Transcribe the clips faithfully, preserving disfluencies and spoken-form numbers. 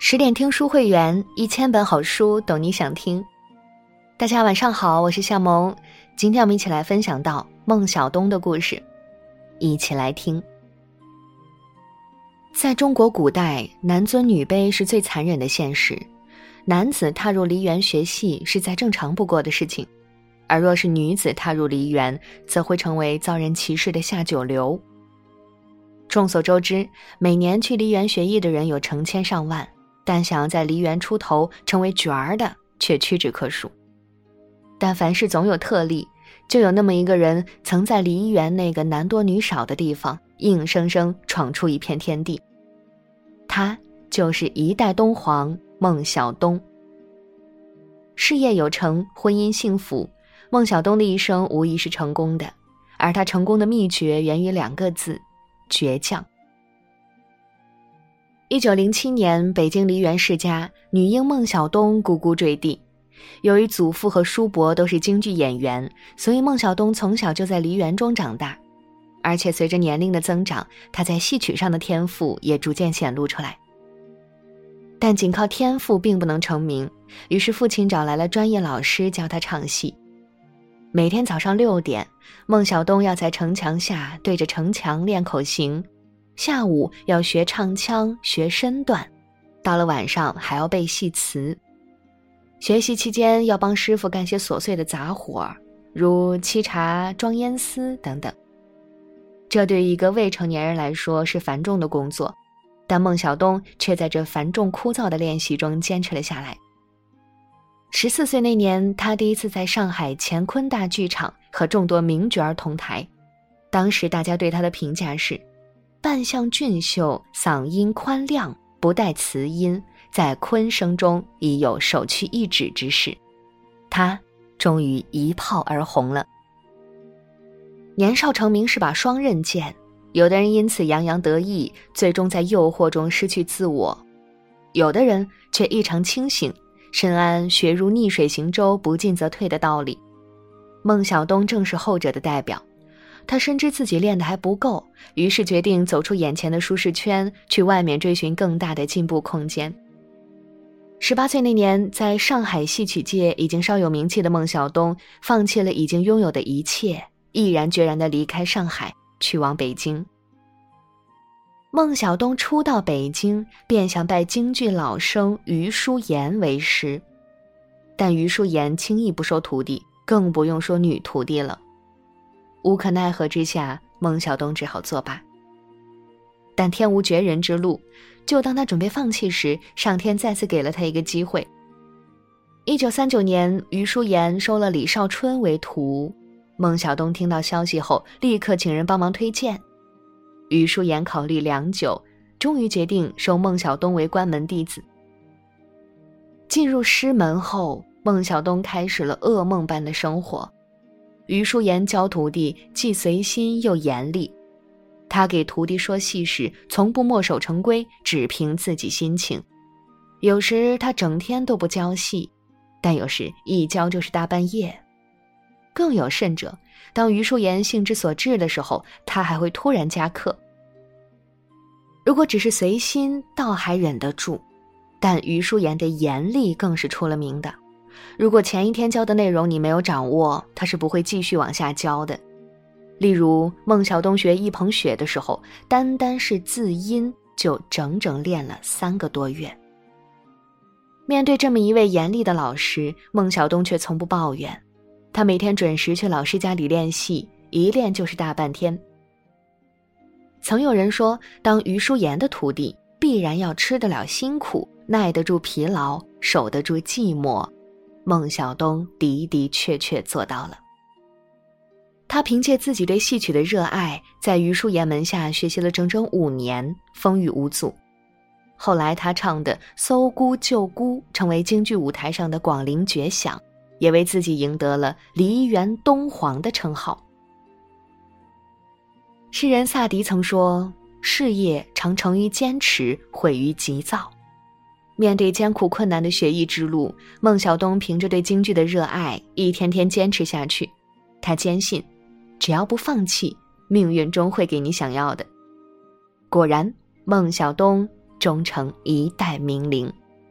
十点听书会员，一千本好书，懂你想听。大家晚上好，我是夏萌。今天我们一起来分享到孟小冬的故事，一起来听。在中国古代，男尊女卑是最残忍的现实，男子踏入梨园学戏是再正常不过的事情，而若是女子踏入梨园，则会成为遭人歧视的下九流。众所周知，每年去梨园学艺的人有成千上万，但想要在梨园出头成为角儿的却屈指可数。但凡事总有特例，就有那么一个人曾在梨园那个男多女少的地方硬生生闯出一片天地，他就是一代东皇孟小冬。事业有成，婚姻幸福，孟小冬的一生无疑是成功的，而他成功的秘诀源于两个字：倔强。一九零七年，北京梨园世家，女婴孟小冬咕咕坠地。由于祖父和叔伯都是京剧演员，所以孟小冬从小就在梨园中长大，而且随着年龄的增长，她在戏曲上的天赋也逐渐显露出来。但仅靠天赋并不能成名，于是父亲找来了专业老师教她唱戏。每天早上六点，孟小冬要在城墙下对着城墙练口型，下午要学唱腔学身段，到了晚上还要背戏词。学习期间要帮师傅干些琐碎的杂活，如沏茶装烟丝等等。这对于一个未成年人来说是繁重的工作，但孟小冬却在这繁重枯燥的练习中坚持了下来。十四岁那年，他第一次在上海乾坤大剧场和众多名角儿同台，当时大家对他的评价是扮相俊秀，嗓音宽亮，不带词音，在昆声中已有首屈一指之势。他终于一炮而红了。年少成名是把双刃剑，有的人因此洋洋得意，最终在诱惑中失去自我，有的人却异常清醒，深谙学如逆水行舟，不进则退的道理。孟小冬正是后者的代表，他深知自己练得还不够，于是决定走出眼前的舒适圈，去外面追寻更大的进步空间。十八岁那年，在上海戏曲界已经稍有名气的孟小冬，放弃了已经拥有的一切，毅然决然地离开上海，去往北京。孟小冬初到北京，便想拜京剧老生余淑妍为师，但余淑妍轻易不收徒弟，更不用说女徒弟了。无可奈何之下，孟小冬只好作罢。但天无绝人之路，就当他准备放弃时，上天再次给了他一个机会。一九三九年，余淑妍收了李少春为徒，孟小冬听到消息后，立刻请人帮忙推荐。余淑妍考虑良久，终于决定收孟小冬为关门弟子。进入师门后，孟小冬开始了噩梦般的生活。余淑妍教徒弟既随心又严厉，他给徒弟说戏时从不墨守成规，只凭自己心情。有时他整天都不教戏，但有时一教就是大半夜。更有甚者，当余淑妍兴之所至的时候，他还会突然加课。如果只是随心，倒还忍得住，但余淑妍的严厉更是出了名的。如果前一天教的内容你没有掌握，他是不会继续往下教的。例如孟小冬学一捧雪的时候，单单是字音就整整练了三个多月。面对这么一位严厉的老师，孟小冬却从不抱怨。他每天准时去老师家里练戏，一练就是大半天。曾有人说，当余淑妍的徒弟必然要吃得了辛苦，耐得住疲劳，守得住寂寞。孟小冬的的确确做到了。他凭借自己对戏曲的热爱，在余淑妍门下学习了整整五年，风雨无阻。后来他唱的《搜孤救孤》成为京剧舞台上的广陵绝响，也为自己赢得了梨园东皇的称号。诗人萨迪曾说，事业常成于坚持，毁于急躁。面对艰苦困难的学艺之路，孟小冬凭着对京剧的热爱，一天天坚持下去。他坚信，只要不放弃，命运终会给你想要的。果然，孟小冬终成一代名伶。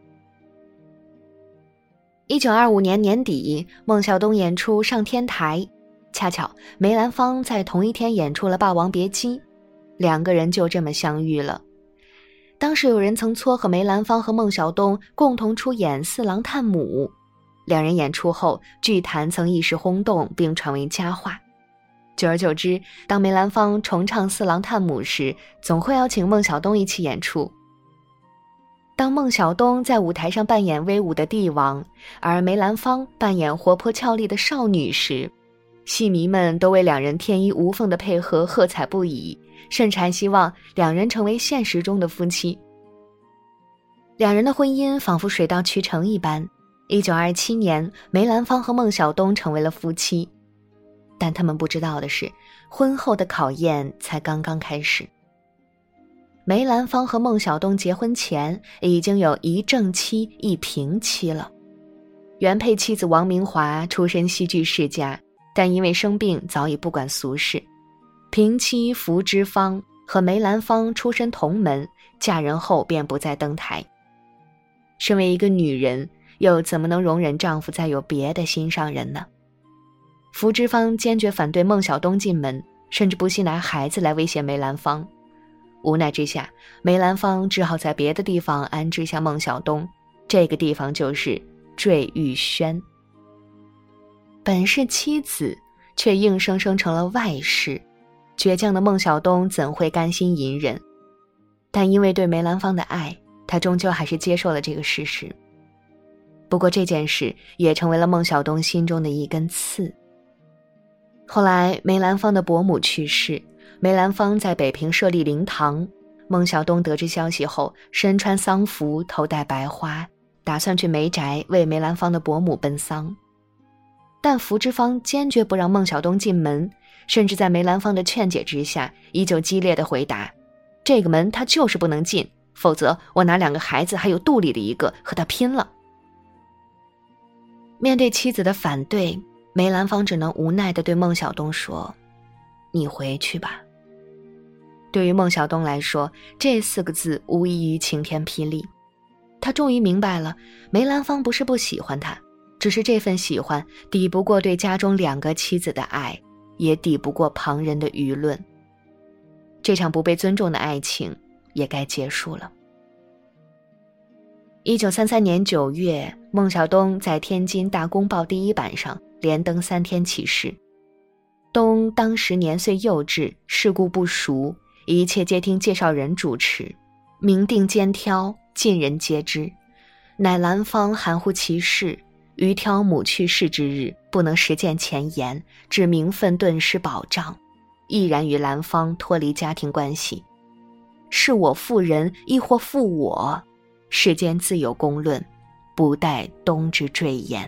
一九二五年年底，孟小冬演出上天台，恰巧梅兰芳在同一天演出了《霸王别姬》，两个人就这么相遇了。当时有人曾撮合梅兰芳和孟小冬共同出演《四郎探母》，两人演出后，剧坛曾一时轰动，并传为佳话。久而久之，当梅兰芳重唱《四郎探母》时，总会邀请孟小冬一起演出。当孟小冬在舞台上扮演威武的帝王，而梅兰芳扮演活泼俏丽的少女时，戏迷们都为两人天衣无缝的配合喝彩不已，甚至还希望两人成为现实中的夫妻。两人的婚姻仿佛水到渠成一般，一九二七年，梅兰芳和孟小冬成为了夫妻。但他们不知道的是，婚后的考验才刚刚开始。梅兰芳和孟小冬结婚前已经有一正妻一平妻了。原配妻子王明华出身戏剧世家，但因为生病早已不管俗事。平妻福芝芳和梅兰芳出身同门，嫁人后便不再登台。身为一个女人，又怎么能容忍丈夫再有别的心上人呢？福芝芳坚决反对孟小冬进门，甚至不惜拿孩子来威胁梅兰芳。无奈之下，梅兰芳只好在别的地方安置下孟小冬，这个地方就是坠玉轩。本是妻子，却硬生生成了外室，倔强的孟小冬怎会甘心隐忍？但因为对梅兰芳的爱，他终究还是接受了这个事实。不过这件事也成为了孟小冬心中的一根刺。后来梅兰芳的伯母去世，梅兰芳在北平设立灵堂，孟小冬得知消息后，身穿丧服，头戴白花，打算去梅宅为梅兰芳的伯母奔丧。但福芝芳坚决不让孟小冬进门，甚至在梅兰芳的劝解之下，依旧激烈地回答：这个门他就是不能进，否则我拿两个孩子还有肚里的一个和他拼了。面对妻子的反对，梅兰芳只能无奈地对孟小冬说：你回去吧。对于孟小冬来说，这四个字无异于晴天霹雳。他终于明白了，梅兰芳不是不喜欢他，只是这份喜欢抵不过对家中两个妻子的爱，也抵不过旁人的舆论。这场不被尊重的爱情也该结束了。一九三三年九月，孟小冬在天津大公报第一版上连登三天启事。冬当时年岁幼稚，世故不熟，一切皆听介绍人主持，明定兼挑，尽人皆知。乃兰芳含糊其事，于挑母去世之日，不能实践前言，致名分顿失保障，毅然与兰芳脱离家庭关系。是我负人，亦或负我，世间自有公论，不待冬之赘言。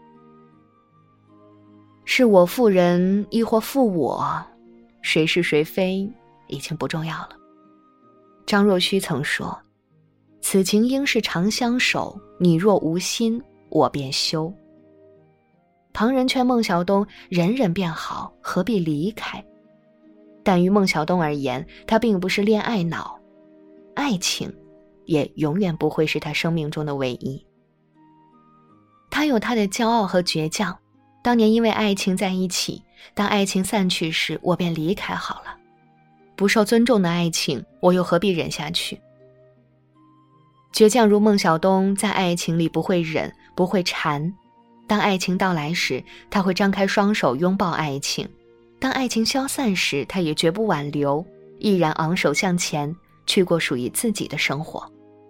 是我负人，亦或负我，谁是谁非已经不重要了。张若虚曾说：此情应是长相守，你若无心，我便休。旁人劝孟小冬忍忍便好，何必离开？但于孟小冬而言，他并不是恋爱脑，爱情也永远不会是他生命中的唯一。他有他的骄傲和倔强，当年因为爱情在一起，当爱情散去时，我便离开好了。不受尊重的爱情，我又何必忍下去？倔强如孟小冬，在爱情里不会忍，不会缠。当爱情到来时，他会张开双手拥抱爱情；当爱情消散时，他也绝不挽留，毅然昂首向前，去过属于自己的生活。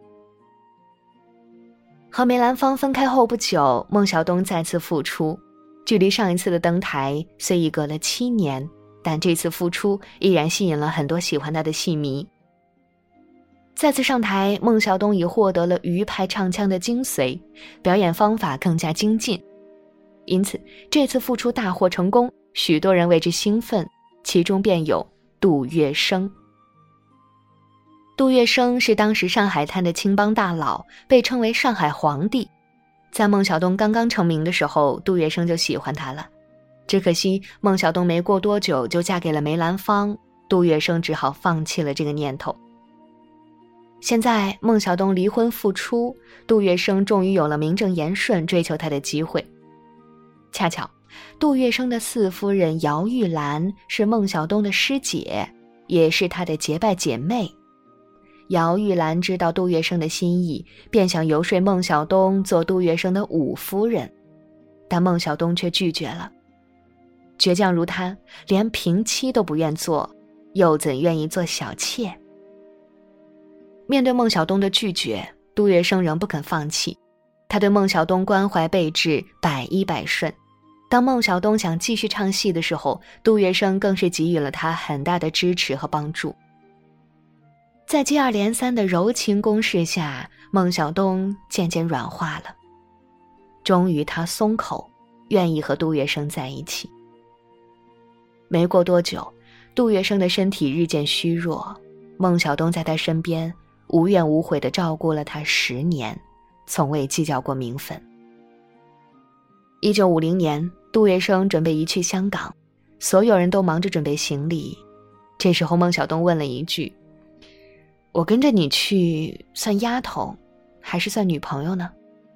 和梅兰芳分开后不久，孟小冬再次复出，距离上一次的登台虽已隔了七年，但这次复出依然吸引了很多喜欢他的戏迷。再次上台，孟小冬已获得了余派唱腔的精髓，表演方法更加精进，因此这次复出大获成功，许多人为之兴奋，其中便有杜月笙。杜月笙是当时上海滩的青帮大佬，被称为上海皇帝。在孟小冬刚刚成名的时候，杜月笙就喜欢他了。只可惜孟小冬没过多久就嫁给了梅兰芳，杜月笙只好放弃了这个念头。 现在孟小冬离婚复出，杜月笙终于有了名正言顺追求他的机会。恰巧杜月笙的四夫人姚玉兰是孟小冬的师姐，也是他的结拜姐妹。姚玉兰知道杜月笙的心意，便想游说孟小冬做杜月笙的五夫人，但孟小冬却拒绝了。倔强如他，连平妻都不愿做，又怎愿意做小妾？面对孟小冬的拒绝，杜月笙仍不肯放弃。他对孟小冬关怀备至，百依百顺。当孟小冬想继续唱戏的时候，杜月笙更是给予了他很大的支持和帮助。在接二连三的柔情攻势下，孟小冬渐渐软化了。终于他松口，愿意和杜月笙在一起。没过多久，杜月笙的身体日渐虚弱，孟小冬在他身边无怨无悔地照顾了他十年，从未计较过名分。一九五零年，杜月笙准备移去香港，所有人都忙着准备行李。这时候孟小冬问了一句：我跟着你去算丫头还是算女朋友呢？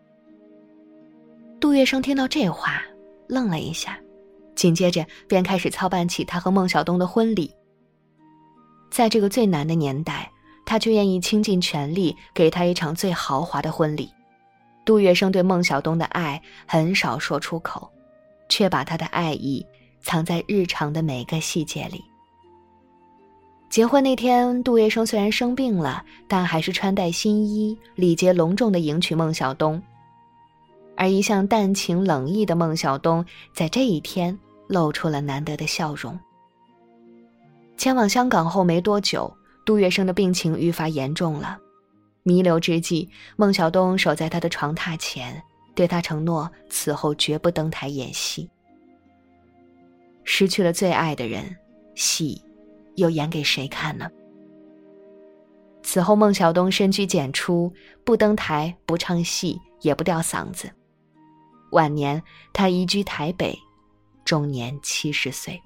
杜月笙听到这话愣了一下，紧接着便开始操办起他和孟小冬的婚礼。在这个最难的年代，他却愿意倾尽全力给他一场最豪华的婚礼。杜月笙对孟小冬的爱很少说出口，却把他的爱意藏在日常的每个细节里。结婚那天，杜月笙虽然生病了，但还是穿戴新衣，礼节隆重地迎娶孟小冬。而一向淡情冷意的孟小冬，在这一天露出了难得的笑容。前往香港后没多久，杜月笙的病情愈发严重了。弥留之际，孟小冬守在他的床榻前，对他承诺此后绝不登台演戏。失去了最爱的人，戏又演给谁看呢？此后孟小冬深居简出，不登台，不唱戏，也不吊嗓子。晚年他移居台北，终年七十岁。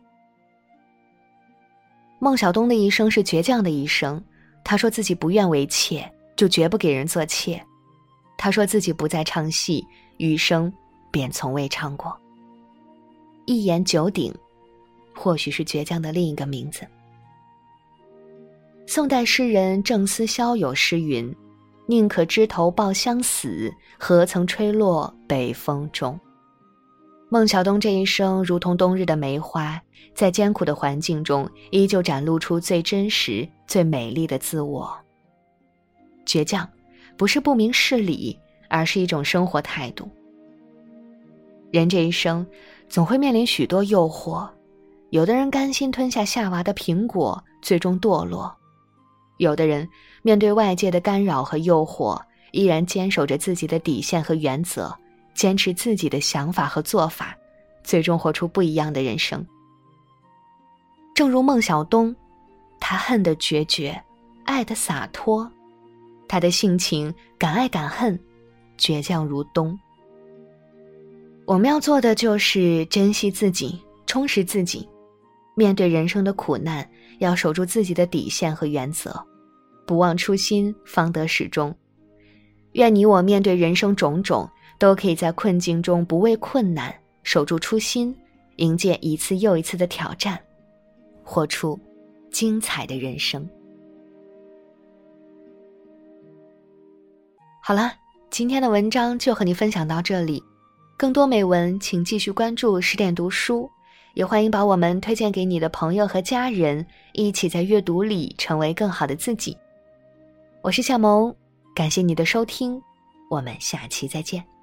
孟小冬的一生是倔强的一生，他说自己不愿为妾，就绝不给人做妾。他说自己不再唱戏，余生便从未唱过。一言九鼎，或许是倔强的另一个名字。宋代诗人郑思肖有诗云：宁可枝头抱香死，何曾吹落北风中。孟小冬这一生如同冬日的梅花，在艰苦的环境中依旧展露出最真实最美丽的自我。倔强不是不明事理，而是一种生活态度。人这一生总会面临许多诱惑，有的人甘心吞下夏娃的苹果，最终堕落；有的人面对外界的干扰和诱惑，依然坚守着自己的底线和原则，坚持自己的想法和做法，最终活出不一样的人生。正如孟小冬，他恨得决绝，爱得洒脱，他的性情敢爱敢恨，倔强如冬。我们要做的就是珍惜自己，充实自己，面对人生的苦难，要守住自己的底线和原则，不忘初心，方得始终。愿你我面对人生种种，都可以在困境中不畏困难，守住初心，迎接一次又一次的挑战，活出精彩的人生。好了，今天的文章就和你分享到这里，更多美文请继续关注十点读书，也欢迎把我们推荐给你的朋友和家人，一起在阅读里成为更好的自己。我是夏萌，感谢你的收听，我们下期再见。